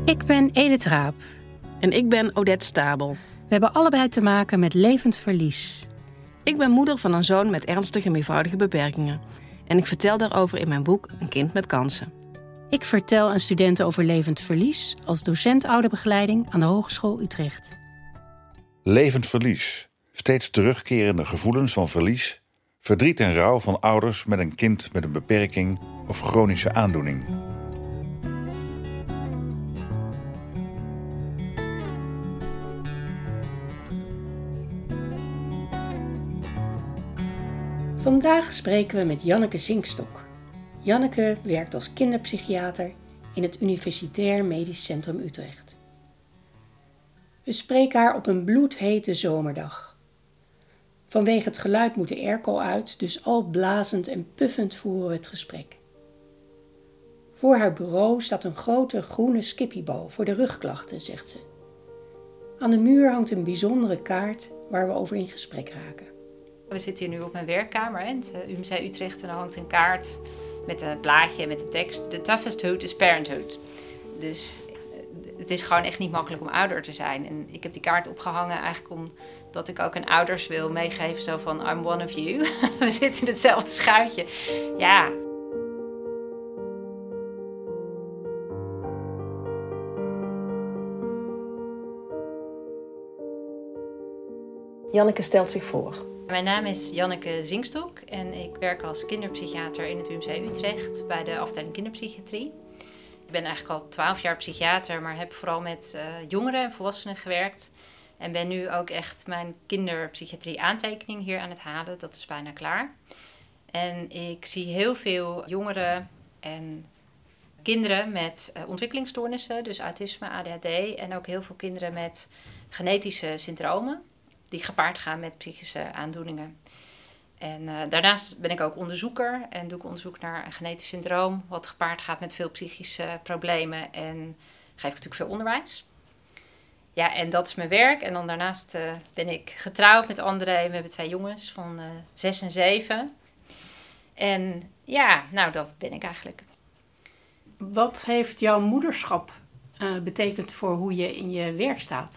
Ik ben Edith Raap. En ik ben Odette Stabel. We hebben allebei te maken met levend verlies. Ik ben moeder van een zoon met ernstige meervoudige beperkingen. En ik vertel daarover in mijn boek Een kind met kansen. Ik vertel aan studenten over levend verlies als docent ouderbegeleiding aan de Hogeschool Utrecht. Levend verlies. Steeds terugkerende gevoelens van verlies, verdriet en rouw van ouders met een kind met een beperking of chronische aandoening. Vandaag spreken we met Janneke Zinkstok. Janneke werkt als kinderpsychiater in het Universitair Medisch Centrum Utrecht. We spreken haar op een bloedhete zomerdag. Vanwege het geluid moet de airco uit, dus al blazend en puffend voeren we het gesprek. Voor haar bureau staat een grote groene skippiebal voor de rugklachten, zegt ze. Aan de muur hangt een bijzondere kaart waar we over in gesprek raken. We zitten hier nu op mijn werkkamer in het UMC Utrecht en er hangt een kaart met een plaatje met de tekst: The toughest hood is parenthood. Dus het is gewoon echt niet makkelijk om ouder te zijn. En ik heb die kaart opgehangen eigenlijk omdat ik ook aan ouders wil meegeven zo van I'm one of you. We zitten in hetzelfde schuitje. Ja. Janneke stelt zich voor. Mijn naam is Janneke Zinkstok en ik werk als kinderpsychiater in het UMC Utrecht bij de afdeling kinderpsychiatrie. Ik ben eigenlijk al 12 jaar psychiater, maar heb vooral met jongeren en volwassenen gewerkt. En ben nu ook echt mijn kinderpsychiatrie aantekening hier aan het halen. Dat is bijna klaar. En ik zie heel veel jongeren en kinderen met ontwikkelingsstoornissen, dus autisme, ADHD. En ook heel veel kinderen met genetische syndromen die gepaard gaan met psychische aandoeningen. En daarnaast ben ik ook onderzoeker en doe ik onderzoek naar een genetisch syndroom wat gepaard gaat met veel psychische problemen en geef ik natuurlijk veel onderwijs. Ja, en dat is mijn werk. En dan daarnaast ben ik getrouwd met André. We hebben 2 jongens van 6 en 7. En ja, nou dat ben ik eigenlijk. Wat heeft jouw moederschap betekend voor hoe je in je werk staat?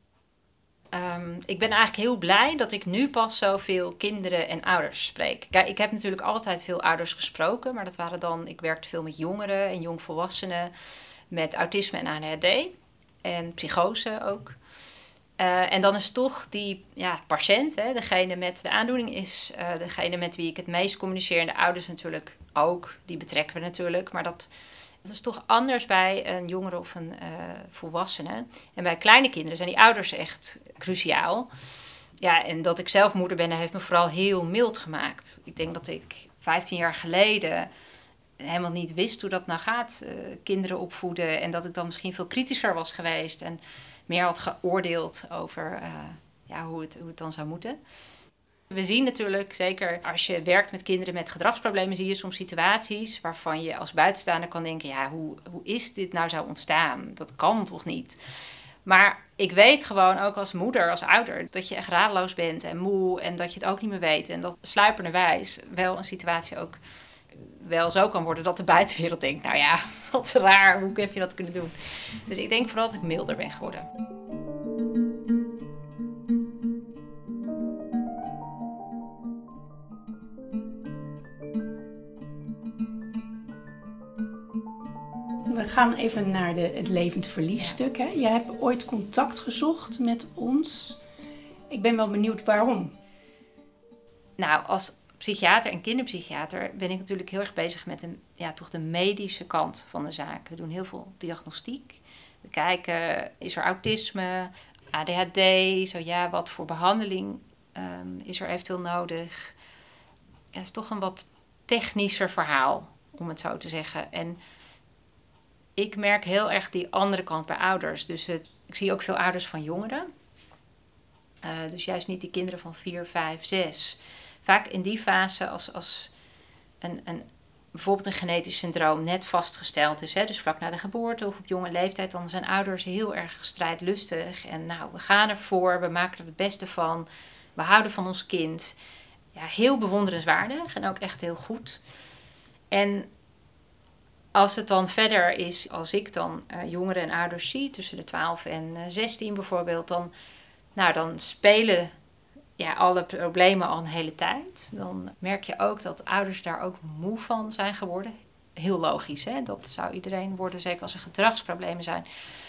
Ik ben eigenlijk heel blij dat ik nu pas zoveel kinderen en ouders spreek. Kijk, ik heb natuurlijk altijd veel ouders gesproken, maar dat waren dan, ik werkte veel met jongeren en jongvolwassenen met autisme en ADHD en psychose ook. En dan is toch die patiënt, degene met de aandoening, is degene met wie ik het meest communiceer. En de ouders natuurlijk ook, die betrekken we natuurlijk, maar dat is toch anders bij een jongere of een volwassene. En bij kleine kinderen zijn die ouders echt cruciaal. Ja, en dat ik zelf moeder ben, heeft me vooral heel mild gemaakt. Ik denk dat ik 15 jaar geleden helemaal niet wist hoe dat nou gaat, kinderen opvoeden. En dat ik dan misschien veel kritischer was geweest en meer had geoordeeld over hoe het dan zou moeten. We zien natuurlijk, zeker als je werkt met kinderen met gedragsproblemen, zie je soms situaties waarvan je als buitenstaander kan denken, hoe is dit nou zo ontstaan? Dat kan toch niet? Maar ik weet gewoon ook als moeder, als ouder, dat je echt radeloos bent en moe en dat je het ook niet meer weet. En dat sluipenderwijs wel een situatie ook wel zo kan worden dat de buitenwereld denkt, wat raar, hoe heb je dat kunnen doen? Dus ik denk vooral dat ik milder ben geworden. We gaan even naar het levend verliesstuk. Hè? Je hebt ooit contact gezocht met ons. Ik ben wel benieuwd waarom. Nou, als psychiater en kinderpsychiater ben ik natuurlijk heel erg bezig met toch de medische kant van de zaak. We doen heel veel diagnostiek. We kijken, is er autisme, ADHD? Wat voor behandeling is er eventueel nodig? Het is toch een wat technischer verhaal, om het zo te zeggen. En ik merk heel erg die andere kant bij ouders. Dus ik zie ook veel ouders van jongeren. Dus juist niet die kinderen van 4, 5, 6. Vaak in die fase als bijvoorbeeld een genetisch syndroom net vastgesteld is. Dus vlak na de geboorte of op jonge leeftijd. Dan zijn ouders heel erg strijdlustig. En we gaan ervoor. We maken er het beste van. We houden van ons kind. Ja, heel bewonderenswaardig. En ook echt heel goed. En Als het dan verder is, als ik dan jongeren en ouders zie, tussen de 12 en 16 bijvoorbeeld, dan spelen alle problemen al een hele tijd. Dan merk je ook dat ouders daar ook moe van zijn geworden. Heel logisch, hè? Dat zou iedereen worden, zeker als er gedragsproblemen zijn.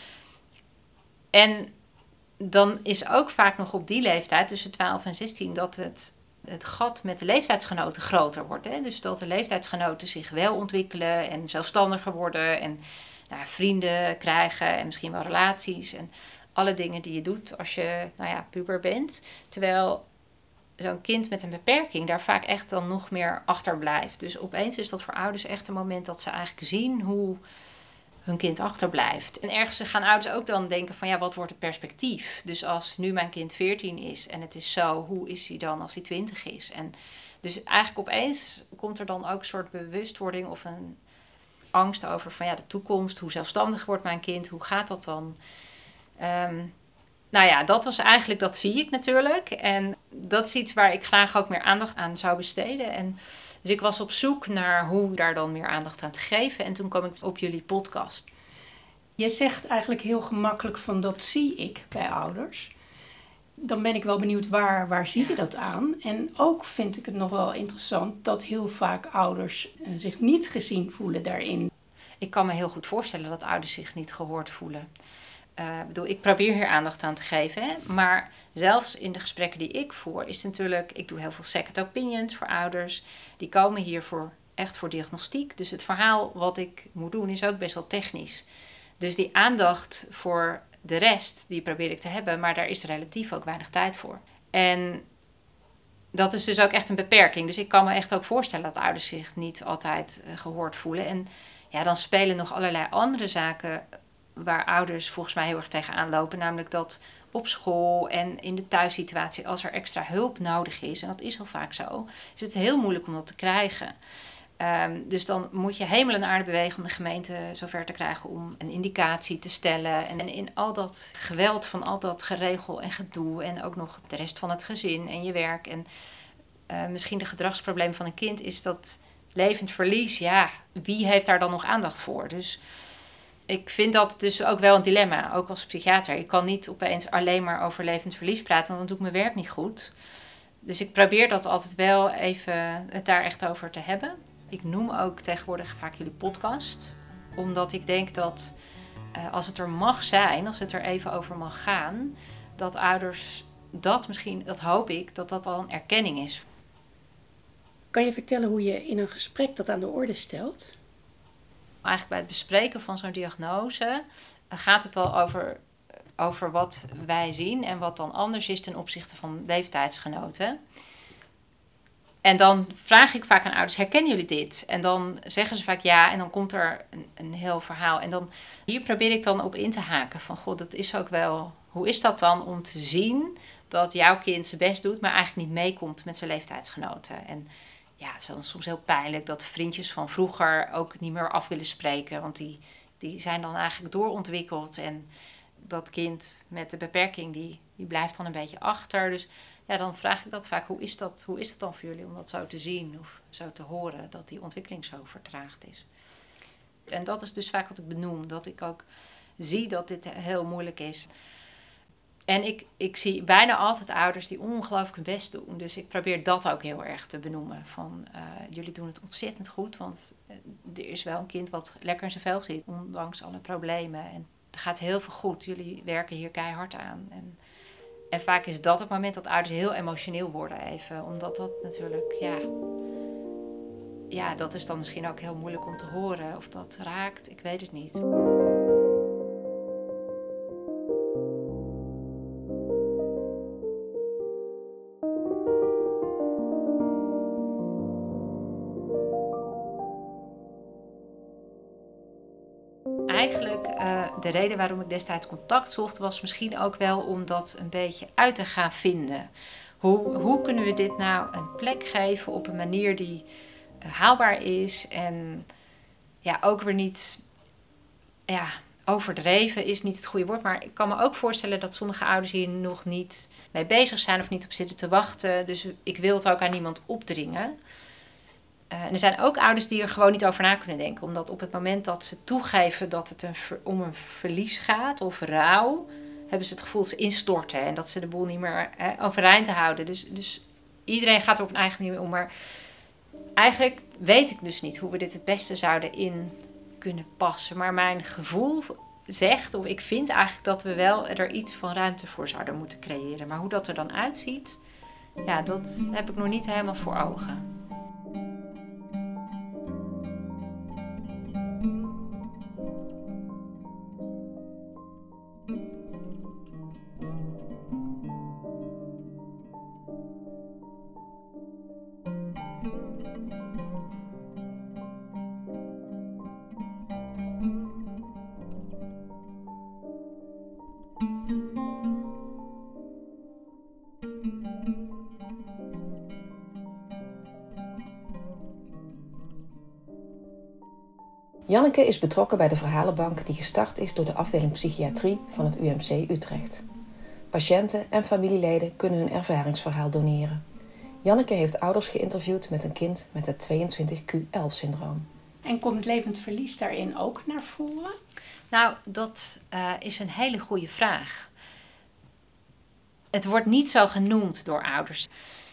En dan is ook vaak nog op die leeftijd, tussen 12 en 16, dat het gat met de leeftijdsgenoten groter wordt. Hè? Dus dat de leeftijdsgenoten zich wel ontwikkelen en zelfstandiger worden en vrienden krijgen en misschien wel relaties en alle dingen die je doet als je puber bent. Terwijl zo'n kind met een beperking daar vaak echt dan nog meer achterblijft. Dus opeens is dat voor ouders echt een moment dat ze eigenlijk zien hoe hun kind achterblijft. En ergens gaan ouders ook dan denken van wat wordt het perspectief? Dus als nu mijn kind 14 is en het is zo, hoe is hij dan als hij 20 is? En dus eigenlijk opeens komt er dan ook een soort bewustwording of een angst over van de toekomst. Hoe zelfstandig wordt mijn kind? Hoe gaat dat dan? Dat was eigenlijk, dat zie ik natuurlijk. En dat is iets waar ik graag ook meer aandacht aan zou besteden. En dus ik was op zoek naar hoe daar dan meer aandacht aan te geven. En toen kwam ik op jullie podcast. Je zegt eigenlijk heel gemakkelijk van dat zie ik bij ouders. Dan ben ik wel benieuwd waar zie je dat aan? En ook vind ik het nog wel interessant dat heel vaak ouders zich niet gezien voelen daarin. Ik kan me heel goed voorstellen dat ouders zich niet gehoord voelen. Ik probeer hier aandacht aan te geven. Hè? Maar zelfs in de gesprekken die ik voer, is het natuurlijk... Ik doe heel veel second opinions voor ouders. Die komen hier echt voor diagnostiek. Dus het verhaal wat ik moet doen is ook best wel technisch. Dus die aandacht voor de rest, die probeer ik te hebben. Maar daar is relatief ook weinig tijd voor. En dat is dus ook echt een beperking. Dus ik kan me echt ook voorstellen dat ouders zich niet altijd gehoord voelen. En dan spelen nog allerlei andere zaken waar ouders volgens mij heel erg tegenaan lopen. Namelijk dat op school en in de thuissituatie, als er extra hulp nodig is, en dat is al vaak zo, is het heel moeilijk om dat te krijgen. Dus dan moet je hemel en aarde bewegen om de gemeente zover te krijgen om een indicatie te stellen. En in al dat geweld van al dat geregel en gedoe en ook nog de rest van het gezin en je werk en misschien de gedragsproblemen van een kind is dat levend verlies. Wie heeft daar dan nog aandacht voor? Dus ik vind dat dus ook wel een dilemma, ook als psychiater. Ik kan niet opeens alleen maar over levend verlies praten, want dan doe ik mijn werk niet goed. Dus ik probeer dat altijd wel even het daar echt over te hebben. Ik noem ook tegenwoordig vaak jullie podcast, omdat ik denk dat als het er mag zijn, als het er even over mag gaan, dat ouders dat misschien, dat hoop ik, dat dat al een erkenning is. Kan je vertellen hoe je in een gesprek dat aan de orde stelt? Eigenlijk bij het bespreken van zo'n diagnose gaat het al over wat wij zien en wat dan anders is ten opzichte van leeftijdsgenoten. En dan vraag ik vaak aan ouders, herkennen jullie dit? En dan zeggen ze vaak ja en dan komt er een heel verhaal. En dan hier probeer ik dan op in te haken van god, dat is ook wel, hoe is dat dan om te zien dat jouw kind zijn best doet, maar eigenlijk niet meekomt met zijn leeftijdsgenoten? En het is dan soms heel pijnlijk dat vriendjes van vroeger ook niet meer af willen spreken. Want die zijn dan eigenlijk doorontwikkeld. En dat kind met de beperking, die blijft dan een beetje achter. Dus dan vraag ik dat vaak. Hoe is dat dan voor jullie om dat zo te zien of zo te horen? Dat die ontwikkeling zo vertraagd is. En dat is dus vaak wat ik benoem. Dat ik ook zie dat dit heel moeilijk is. En ik zie bijna altijd ouders die ongelooflijk hun best doen. Dus ik probeer dat ook heel erg te benoemen. Van jullie doen het ontzettend goed. Want er is wel een kind wat lekker in zijn vel zit. Ondanks alle problemen. En er gaat heel veel goed. Jullie werken hier keihard aan. En vaak is dat het moment dat ouders heel emotioneel worden even. Omdat dat natuurlijk, dat is dan misschien ook heel moeilijk om te horen. Of dat raakt, ik weet het niet. Eigenlijk, de reden waarom ik destijds contact zocht, was misschien ook wel om dat een beetje uit te gaan vinden. Hoe kunnen we dit nou een plek geven op een manier die haalbaar is en ook weer niet, overdreven is niet het goede woord. Maar ik kan me ook voorstellen dat sommige ouders hier nog niet mee bezig zijn of niet op zitten te wachten. Dus ik wil het ook aan niemand opdringen. Er zijn ook ouders die er gewoon niet over na kunnen denken. Omdat op het moment dat ze toegeven dat het om een verlies gaat of rouw, hebben ze het gevoel dat ze instorten. En dat ze de boel niet meer overeind houden. Dus iedereen gaat er op een eigen manier mee om. Maar eigenlijk weet ik dus niet hoe we dit het beste zouden in kunnen passen. Maar mijn gevoel zegt, of ik vind eigenlijk dat we wel er iets van ruimte voor zouden moeten creëren. Maar hoe dat er dan uitziet, ja, dat heb ik nog niet helemaal voor ogen. Janneke is betrokken bij de verhalenbank die gestart is door de afdeling psychiatrie van het UMC Utrecht. Patiënten en familieleden kunnen hun ervaringsverhaal doneren. Janneke heeft ouders geïnterviewd met een kind met het 22q11-syndroom. En komt levend verlies daarin ook naar voren? Nou, dat is een hele goede vraag. Het wordt niet zo genoemd door ouders.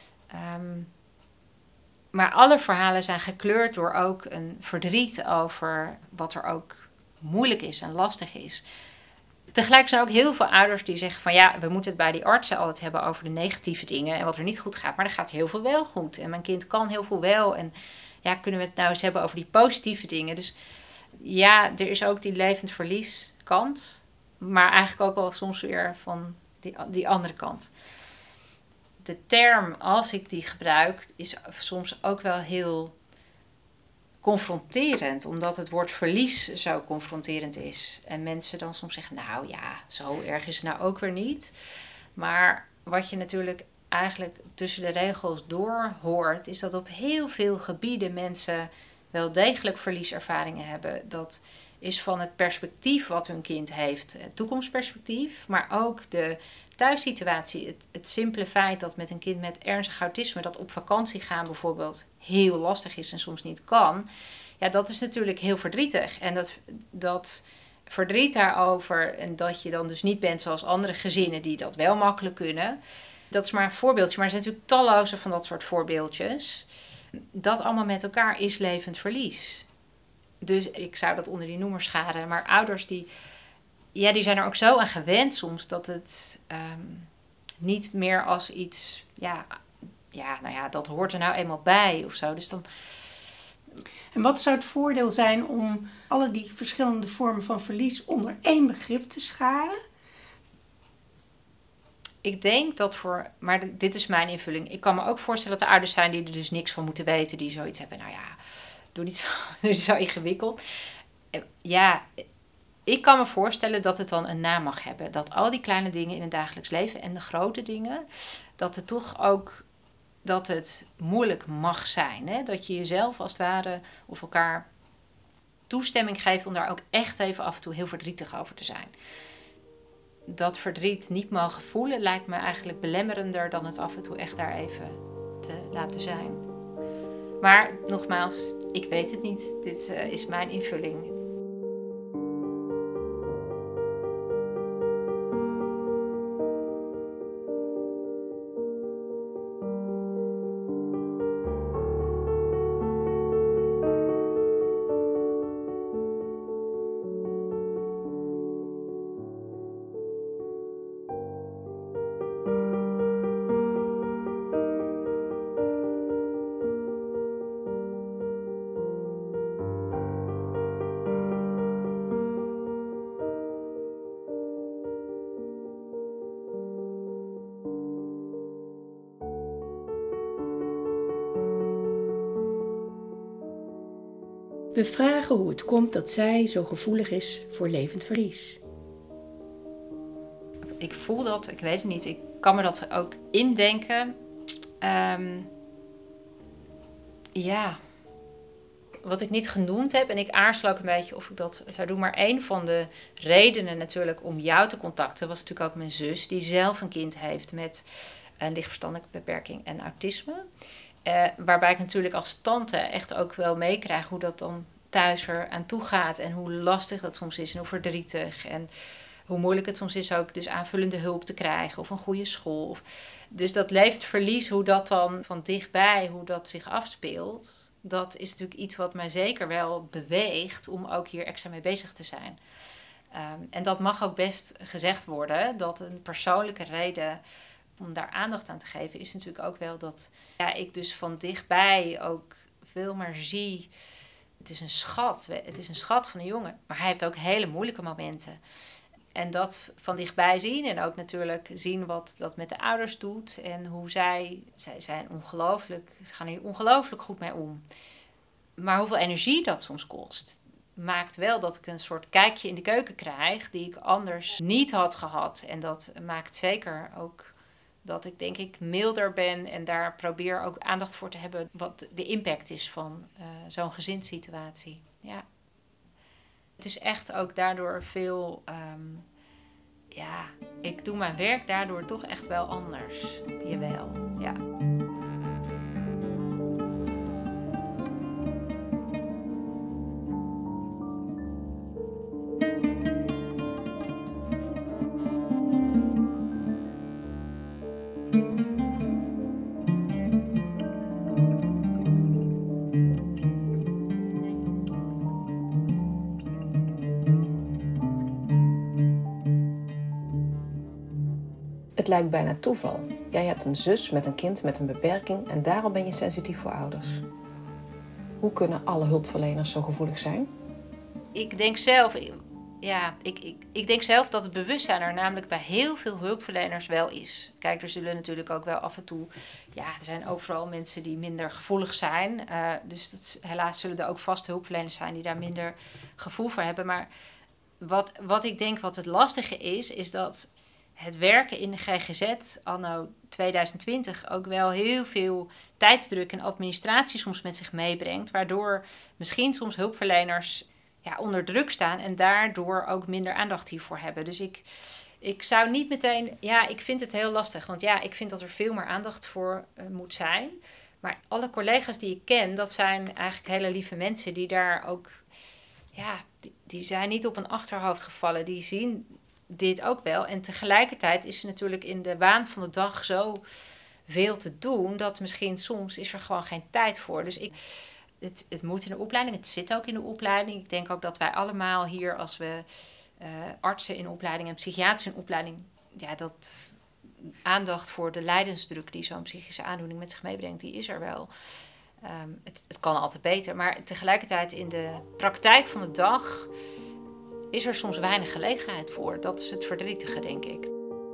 Maar alle verhalen zijn gekleurd door ook een verdriet over wat er ook moeilijk is en lastig is. Tegelijk zijn er ook heel veel ouders die zeggen van ja, we moeten het bij die artsen altijd hebben over de negatieve dingen en wat er niet goed gaat. Maar er gaat heel veel wel goed en mijn kind kan heel veel wel. En ja, kunnen we het nou eens hebben over die positieve dingen. Dus ja, er is ook die levend verlies kant, maar eigenlijk ook wel soms weer van die andere kant. De term, als ik die gebruik, is soms ook wel heel confronterend. Omdat het woord verlies zo confronterend is. En mensen dan soms zeggen, nou ja, zo erg is het nou ook weer niet. Maar wat je natuurlijk eigenlijk tussen de regels door hoort, is dat op heel veel gebieden mensen wel degelijk verlieservaringen hebben. Dat is van het perspectief wat hun kind heeft, het toekomstperspectief, maar ook de thuissituatie, het simpele feit dat met een kind met ernstig autisme dat op vakantie gaan bijvoorbeeld heel lastig is en soms niet kan. Ja, dat is natuurlijk heel verdrietig. En dat verdriet daarover en dat je dan dus niet bent zoals andere gezinnen die dat wel makkelijk kunnen. Dat is maar een voorbeeldje, maar er zijn natuurlijk talloze van dat soort voorbeeldjes. Dat allemaal met elkaar is levend verlies. Dus ik zou dat onder die noemer scharen. Maar ouders die zijn er ook zo aan gewend soms dat het niet meer als iets, nou ja, dat hoort er nou eenmaal bij of zo. Dus dan. En wat zou het voordeel zijn om alle die verschillende vormen van verlies onder één begrip te scharen? Ik denk dat maar dit is mijn invulling. Ik kan me ook voorstellen dat er ouders zijn die er dus niks van moeten weten, die zoiets hebben. Nou ja, doe niet zo ingewikkeld. Ja, ik kan me voorstellen dat het dan een naam mag hebben. Dat al die kleine dingen in het dagelijks leven en de grote dingen, dat het toch ook dat het moeilijk mag zijn. Hè? Dat je jezelf als het ware of elkaar toestemming geeft om daar ook echt even af en toe heel verdrietig over te zijn. Dat verdriet niet mogen voelen lijkt me eigenlijk belemmerender dan het af en toe echt daar even te laten zijn. Maar nogmaals, ik weet het niet. Dit is mijn invulling. We vragen hoe het komt dat zij zo gevoelig is voor levend verlies. Ik voel dat, ik weet het niet. Ik kan me dat ook indenken. Wat ik niet genoemd heb, en ik aarzel ook een beetje of ik dat zou doen, maar een van de redenen natuurlijk om jou te contacten was natuurlijk ook mijn zus, die zelf een kind heeft met een lichtverstandelijke beperking en autisme. Waarbij ik natuurlijk als tante echt ook wel meekrijg hoe dat dan thuis er aan toe gaat. En hoe lastig dat soms is en hoe verdrietig. En hoe moeilijk het soms is ook dus aanvullende hulp te krijgen of een goede school. Dus dat levensverlies, hoe dat dan van dichtbij, hoe dat zich afspeelt. Dat is natuurlijk iets wat mij zeker wel beweegt om ook hier extra mee bezig te zijn. En dat mag ook best gezegd worden, dat een persoonlijke reden om daar aandacht aan te geven is natuurlijk ook wel dat ik dus van dichtbij ook veel meer zie. Het is een schat van een jongen, maar hij heeft ook hele moeilijke momenten. En dat van dichtbij zien en ook natuurlijk zien wat dat met de ouders doet. En hoe zij zijn ongelooflijk, ze gaan hier ongelooflijk goed mee om. Maar hoeveel energie dat soms kost, maakt wel dat ik een soort kijkje in de keuken krijg die ik anders niet had gehad. En dat maakt zeker ook dat ik denk ik milder ben en daar probeer ook aandacht voor te hebben wat de impact is van zo'n gezinssituatie. Ja. Het is echt ook daardoor veel, ik doe mijn werk daardoor toch echt wel anders. Jawel, ja. Het lijkt bijna toeval. Jij hebt een zus met een kind met een beperking en daarom ben je sensitief voor ouders. Hoe kunnen alle hulpverleners zo gevoelig zijn? Ik denk zelf, ik denk zelf dat het bewustzijn er namelijk bij heel veel hulpverleners wel is. Kijk, er zullen natuurlijk ook wel af en toe, er zijn overal mensen die minder gevoelig zijn. Dus helaas zullen er ook vast hulpverleners zijn die daar minder gevoel voor hebben. Maar wat ik denk wat het lastige is dat het werken in de GGZ anno 2020 ook wel heel veel tijdsdruk en administratie soms met zich meebrengt. Waardoor misschien soms hulpverleners onder druk staan en daardoor ook minder aandacht hiervoor hebben. Dus ik zou niet meteen, ik vind het heel lastig. Want ik vind dat er veel meer aandacht voor moet zijn. Maar alle collega's die ik ken, dat zijn eigenlijk hele lieve mensen die daar ook, die zijn niet op een achterhoofd gevallen. Die zien dit ook wel. En tegelijkertijd is er natuurlijk in de waan van de dag zo veel te doen, dat misschien soms is er gewoon geen tijd voor. Dus het moet in de opleiding, het zit ook in de opleiding. Ik denk ook dat wij allemaal hier, als we artsen in opleiding en psychiaters in opleiding, dat aandacht voor de lijdensdruk die zo'n psychische aandoening met zich meebrengt, die is er wel. Het kan altijd beter, maar tegelijkertijd in de praktijk van de dag is er soms weinig gelegenheid voor. Dat is het verdrietige, denk ik.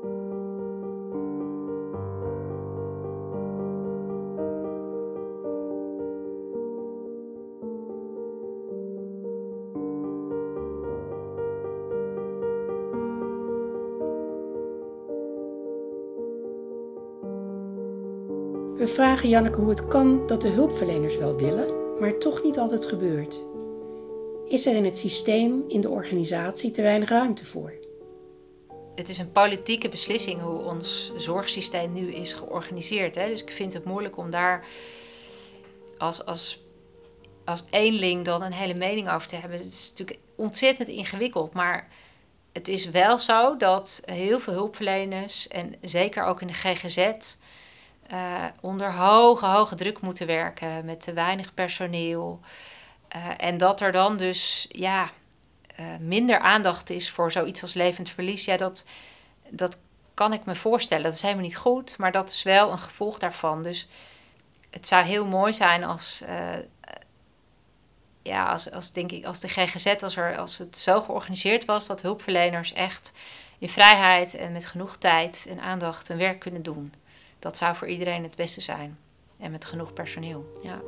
We vragen Janneke hoe het kan dat de hulpverleners wel willen, maar toch niet altijd gebeurt. Is er in het systeem, in de organisatie, te weinig ruimte voor? Het is een politieke beslissing hoe ons zorgsysteem nu is georganiseerd. Hè? Dus ik vind het moeilijk om daar als eenling dan een hele mening over te hebben. Het is natuurlijk ontzettend ingewikkeld, maar het is wel zo dat heel veel hulpverleners, en zeker ook in de GGZ, onder hoge druk moeten werken met te weinig personeel. En dat er dan dus minder aandacht is voor zoiets als levend verlies. Dat kan ik me voorstellen. Dat is helemaal niet goed, maar dat is wel een gevolg daarvan. Dus het zou heel mooi zijn als de GGZ, als het zo georganiseerd was dat hulpverleners echt in vrijheid en met genoeg tijd en aandacht hun werk kunnen doen. Dat zou voor iedereen het beste zijn. En met genoeg personeel, ja.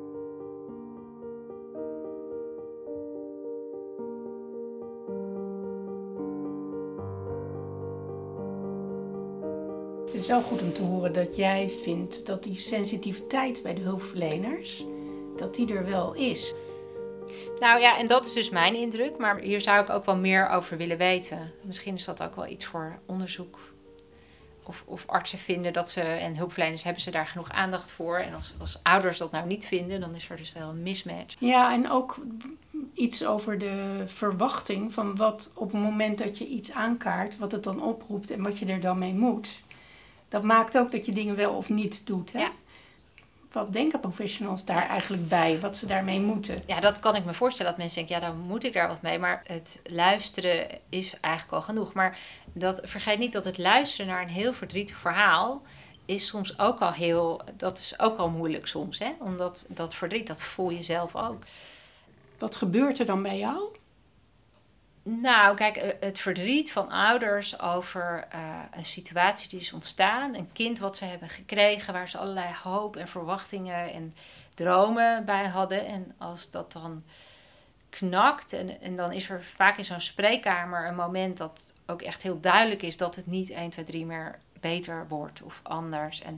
Het is wel goed om te horen dat jij vindt dat die sensitiviteit bij de hulpverleners, dat die er wel is. Nou ja, en dat is dus mijn indruk. Maar hier zou ik ook wel meer over willen weten. Misschien is dat ook wel iets voor onderzoek. of artsen vinden dat ze, en hulpverleners hebben ze daar genoeg aandacht voor. En als ouders dat nou niet vinden, dan is er dus wel een mismatch. Ja, en ook iets over de verwachting van wat op het moment dat je iets aankaart, wat het dan oproept en wat je er dan mee moet. Dat maakt ook dat je dingen wel of niet doet. Hè? Ja. Wat denken professionals daar eigenlijk bij? Wat ze daarmee moeten? Ja, dat kan ik me voorstellen dat mensen denken, ja, dan moet ik daar wat mee. Maar het luisteren is eigenlijk al genoeg. Maar vergeet niet dat het luisteren naar een heel verdrietig verhaal is soms ook al dat is ook al moeilijk soms. Hè? Omdat dat verdriet, dat voel je zelf ook. Wat gebeurt er dan bij jou? Nou, kijk, het verdriet van ouders over een situatie die is ontstaan. Een kind wat ze hebben gekregen, waar ze allerlei hoop en verwachtingen en dromen bij hadden. En als dat dan knakt, en dan is er vaak in zo'n spreekkamer een moment dat ook echt heel duidelijk is dat het niet 1, 2, 3 meer beter wordt of anders. En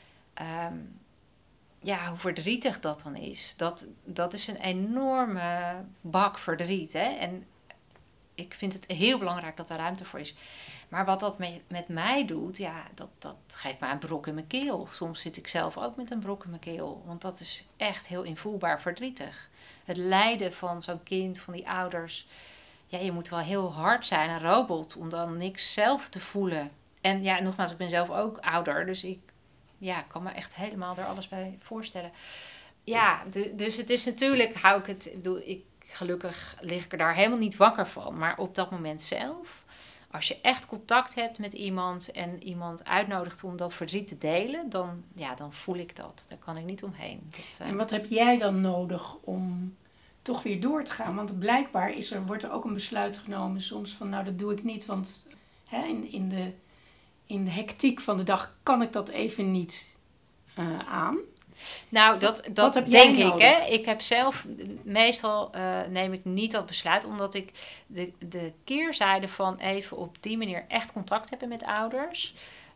hoe verdrietig dat dan is. Dat is een enorme bak verdriet, hè. En ik vind het heel belangrijk dat er ruimte voor is. Maar wat dat met mij doet, ja, dat geeft mij een brok in mijn keel. Soms zit ik zelf ook met een brok in mijn keel. Want dat is echt heel invoelbaar verdrietig. Het lijden van zo'n kind, van die ouders. Ja, je moet wel heel hard zijn, een robot, om dan niks zelf te voelen. En ja, nogmaals, ik ben zelf ook ouder. Dus ik kan me echt helemaal er alles bij voorstellen. Ja, dus het is natuurlijk, gelukkig lig ik er daar helemaal niet wakker van. Maar op dat moment zelf, als je echt contact hebt met iemand en iemand uitnodigt om dat verdriet te delen, dan voel ik dat. Daar kan ik niet omheen. En wat heb jij dan nodig om toch weer door te gaan? Want blijkbaar wordt er ook een besluit genomen soms van, nou, dat doe ik niet. Want in de hectiek van de dag kan ik dat even niet aan. Nou, dat denk ik. Hè? Ik heb zelf, meestal neem ik niet dat besluit, omdat ik de keerzijde van even op die manier echt contact hebben met ouders.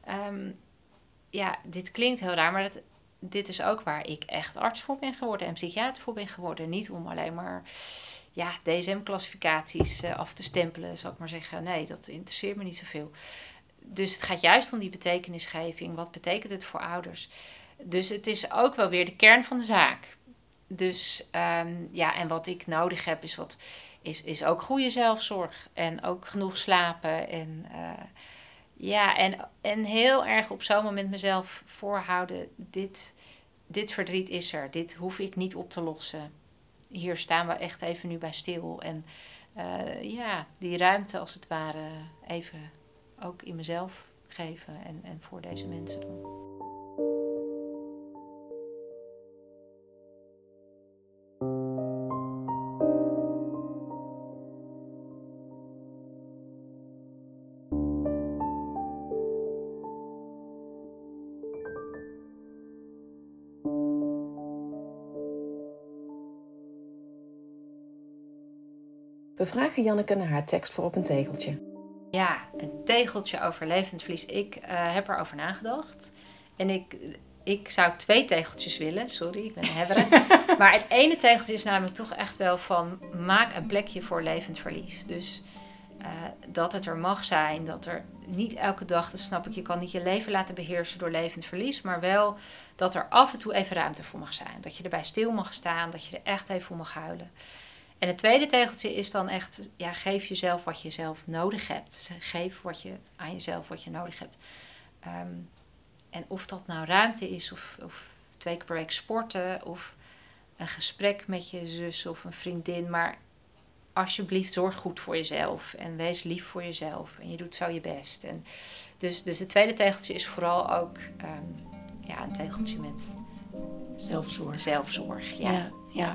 Dit klinkt heel raar, maar dit is ook waar ik echt arts voor ben geworden en psychiater voor ben geworden. Niet om alleen maar DSM-classificaties af te stempelen, zal ik maar zeggen. Nee, dat interesseert me niet zoveel. Dus het gaat juist om die betekenisgeving. Wat betekent het voor ouders? Dus het is ook wel weer de kern van de zaak. Dus en wat ik nodig heb is ook goede zelfzorg. En ook genoeg slapen. En heel erg op zo'n moment mezelf voorhouden. Dit verdriet is er. Dit hoef ik niet op te lossen. Hier staan we echt even nu bij stil. En die ruimte als het ware even ook in mezelf geven. En voor deze mensen doen. We vragen Janneke naar haar tekst voor op een tegeltje. Ja, een tegeltje over levend verlies. Ik heb erover nagedacht. En ik zou 2 tegeltjes willen. Sorry, ik ben een hebbere. Maar het ene tegeltje is namelijk toch echt wel van, maak een plekje voor levend verlies. Dus dat het er mag zijn. Dat er niet elke dag, dat snap ik, je kan niet je leven laten beheersen door levend verlies. Maar wel dat er af en toe even ruimte voor mag zijn. Dat je erbij stil mag staan. Dat je er echt even voor mag huilen. En het tweede tegeltje is dan echt, geef jezelf wat je zelf nodig hebt. Geef aan jezelf wat je nodig hebt. En of dat nou ruimte is, of 2 keer per week sporten, of een gesprek met je zus of een vriendin. Maar alsjeblieft, zorg goed voor jezelf en wees lief voor jezelf. En je doet zo je best. En dus het tweede tegeltje is vooral ook een tegeltje met zelfzorg. Ja.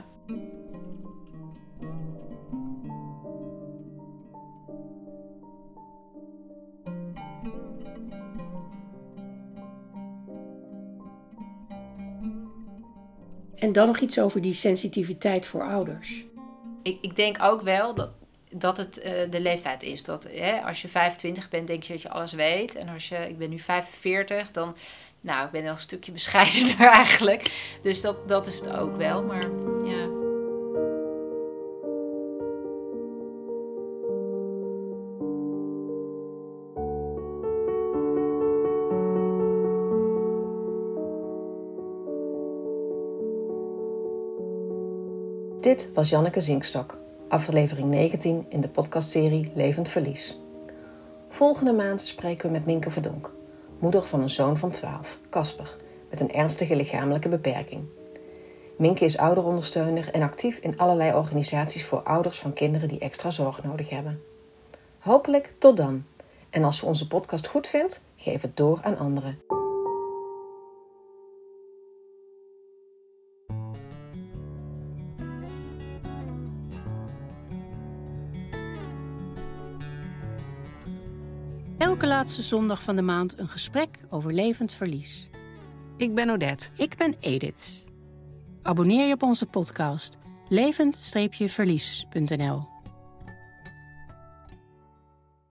En dan nog iets over die sensitiviteit voor ouders. Ik denk ook wel dat het de leeftijd is. Dat als je 25 bent, denk je dat je alles weet. En ik ben nu 45, dan, ik ben wel een stukje bescheidener eigenlijk. Dus dat is het ook wel. Maar ja. Dit was Janneke Zinkstok, aflevering 19 in de podcastserie Levend Verlies. Volgende maand spreken we met Minke Verdonk, moeder van een zoon van 12, Casper, met een ernstige lichamelijke beperking. Minke is ouderondersteuner en actief in allerlei organisaties voor ouders van kinderen die extra zorg nodig hebben. Hopelijk tot dan. En als je onze podcast goed vindt, geef het door aan anderen. Elke laatste zondag van de maand een gesprek over levend verlies. Ik ben Odette. Ik ben Edith. Abonneer je op onze podcast levend-verlies.nl